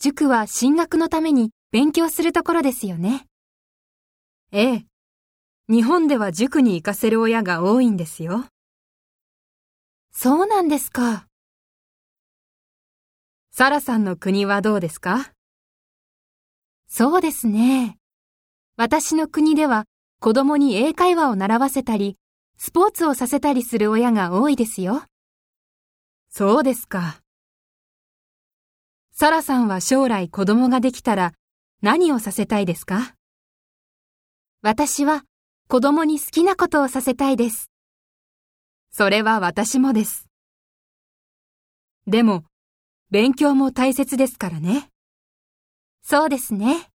塾は進学のために勉強するところですよね。 ええ。日本では塾に行かせる親が多いんですよ。 そうなんですか。 サラさんの国はどうですか？ そうですね。私の国では子供に英会話を習わせたり、スポーツをさせたりする親が多いですよ。 そうですか。サラさんは将来子供ができたら何をさせたいですか？ 私は子供に好きなことをさせたいです。 それは私もです。でも、勉強も大切ですからね。 そうですね。